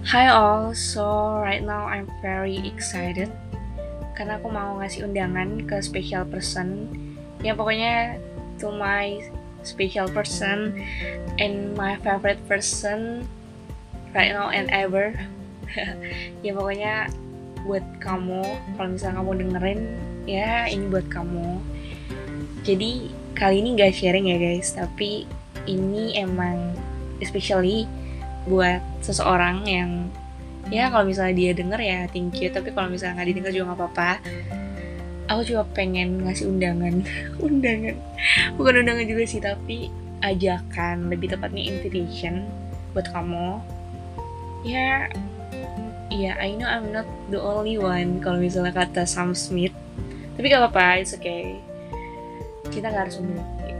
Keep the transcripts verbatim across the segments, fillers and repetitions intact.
Hi all, so right now I'm very excited karena aku mau ngasih undangan ke special person. Ya pokoknya to my special person and my favorite person right now and ever. Ya pokoknya buat kamu, kalau misalnya kamu dengerin, ya ini buat kamu. Jadi kali ini gak sharing ya guys, tapi ini emang especially buat seseorang yang ya kalau misalnya dia denger ya thank you, tapi kalau misalnya nggak didengar juga nggak apa-apa. Aku juga pengen ngasih undangan undangan bukan undangan juga sih, tapi ajakan, lebih tepatnya invitation buat kamu. Ya ya I know I'm not the only one kalau misalnya kata Sam Smith, tapi gak apa-apa, it's okay, kita gak harus memiliki.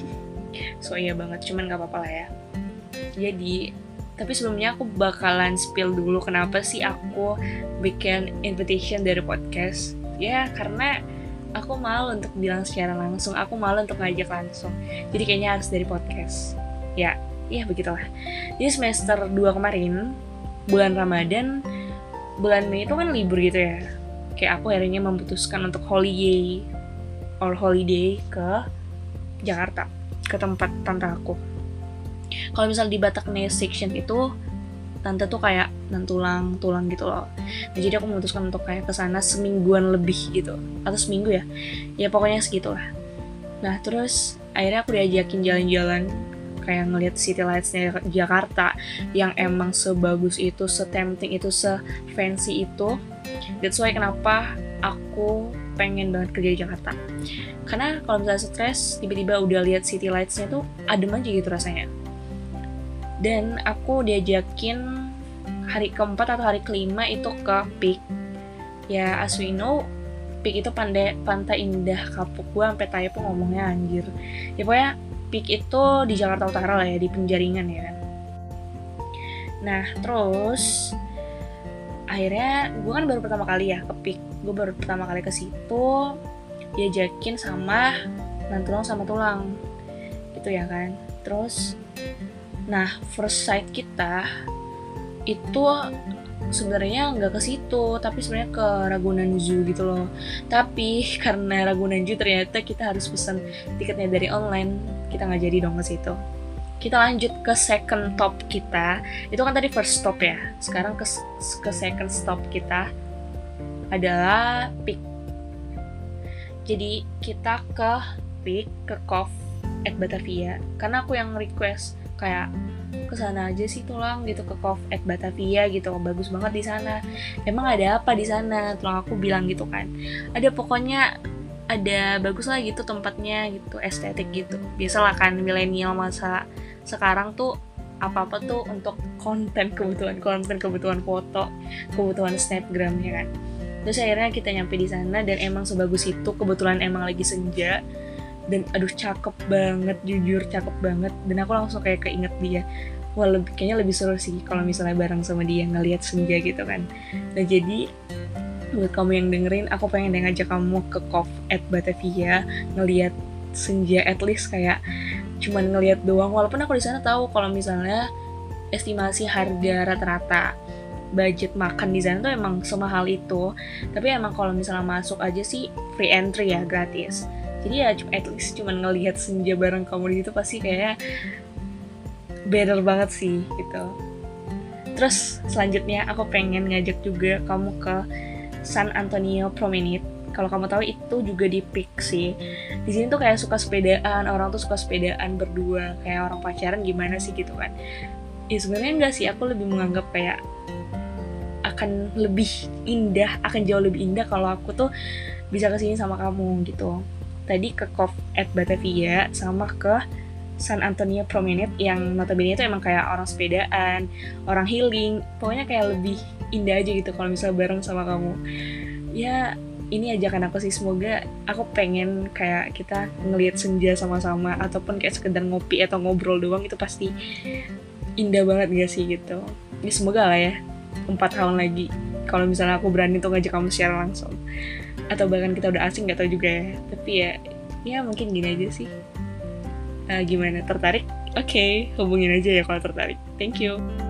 So iya banget, cuman gak apa-apa lah ya. Jadi tapi sebelumnya aku bakalan spill dulu kenapa sih aku bikin invitation dari podcast. Ya karena aku malu untuk bilang secara langsung, aku malu untuk ngajak langsung. Jadi kayaknya harus dari podcast. Ya, ya begitulah. Jadi semester dua kemarin, bulan Ramadan, bulan Mei itu kan libur gitu ya. Kayak aku akhirnya memutuskan untuk holiday or holiday ke Jakarta, ke tempat tante aku. Kalau misalnya di Batak Nest section itu tante tuh kayak nan tulang tulang gitu loh. Nah, jadi aku memutuskan untuk kayak kesana semingguan lebih gitu, atau seminggu ya, ya pokoknya segitulah. Nah terus akhirnya aku diajakin jalan-jalan, kayak ngeliat city lights-nya Jakarta yang emang sebagus itu, se-tempting itu, se-fancy itu. That's why kenapa aku pengen banget kerja di Jakarta. Karena kalau misalnya stres, tiba-tiba udah lihat city lights-nya tuh adem aja gitu rasanya. Dan aku diajakin hari keempat atau hari kelima itu ke Peak. Ya as we know, Peak itu pantai, pantai indah kapuk. Gue sampai typo ngomongnya anjir. Ya pokoknya Peak itu di Jakarta Utara lah ya, di Penjaringan ya kan. Nah terus akhirnya gue kan baru pertama kali ya ke Peak. Gue baru pertama kali ke situ, diajakin sama nan tulang sama tulang gitu ya kan. Terus nah, first sight kita itu sebenarnya nggak ke situ, tapi sebenarnya ke Ragunan Zoo gitu loh. Tapi karena Ragunan Zoo ternyata kita harus pesan tiketnya dari online, kita nggak jadi dong ke situ. Kita lanjut ke second stop kita. Itu kan tadi first stop ya. Sekarang ke ke second stop kita adalah Peak. Jadi kita ke Peak, ke Cove at Batavia. Karena aku yang request kayak kesana aja sih tulang gitu, ke Cove at Batavia gitu, bagus banget di sana. Emang ada apa di sana? Tulang aku bilang gitu kan. Ada pokoknya ada bagus lah gitu tempatnya gitu, estetik gitu. Biasalah kan milenial masa sekarang tuh apa-apa tuh untuk konten, kebutuhan konten, kebutuhan foto, kebutuhan Snapgram ya kan. Terus akhirnya kita nyampe di sana dan emang sebagus itu, kebetulan emang lagi senja. Dan aduh cakep banget, jujur cakep banget. Dan aku langsung kayak keinget dia. Wah lebih, kayaknya lebih seru sih kalau misalnya bareng sama dia ngelihat senja gitu kan. Nah jadi buat kamu yang dengerin, aku pengen deh ngajak kamu ke Cove at Batavia, ngelihat senja, at least kayak cuman ngelihat doang. Walaupun aku di sana tahu kalau misalnya estimasi harga rata-rata budget makan di sana tuh emang semahal itu. Tapi emang kalau misalnya masuk aja sih free entry ya, gratis. Jadi ya at least cuman ngelihat senja bareng kamu di situ pasti kayaknya better banget sih gitu. Terus selanjutnya aku pengen ngajak juga kamu ke San Antonio Promenade. Kalau kamu tahu itu juga di Peak sih. Di sini tuh kayak suka sepedaan, orang tuh suka sepedaan berdua, kayak orang pacaran gimana sih gitu kan. Ya sebenarnya enggak sih, aku lebih menganggap kayak akan lebih indah, akan jauh lebih indah kalau aku tuh bisa kesini sama kamu gitu. Tadi ke Cove at Batavia sama ke San Antonio Promenade yang notabene itu emang kayak orang sepedaan, orang healing, pokoknya kayak lebih indah aja gitu kalau misalnya bareng sama kamu. Ya ini ajakan aku sih, semoga aku pengen kayak kita ngelihat senja sama-sama ataupun kayak sekedar ngopi atau ngobrol doang, itu pasti indah banget gak sih gitu. Ya semoga lah ya empat tahun lagi kalau misalnya aku berani tuh ngajak kamu secara langsung, atau bahkan kita udah asing gak tau juga ya. Tapi ya ya mungkin gini aja sih. Uh, gimana, tertarik? Oke, okay, hubungin aja ya kalau tertarik. Thank you.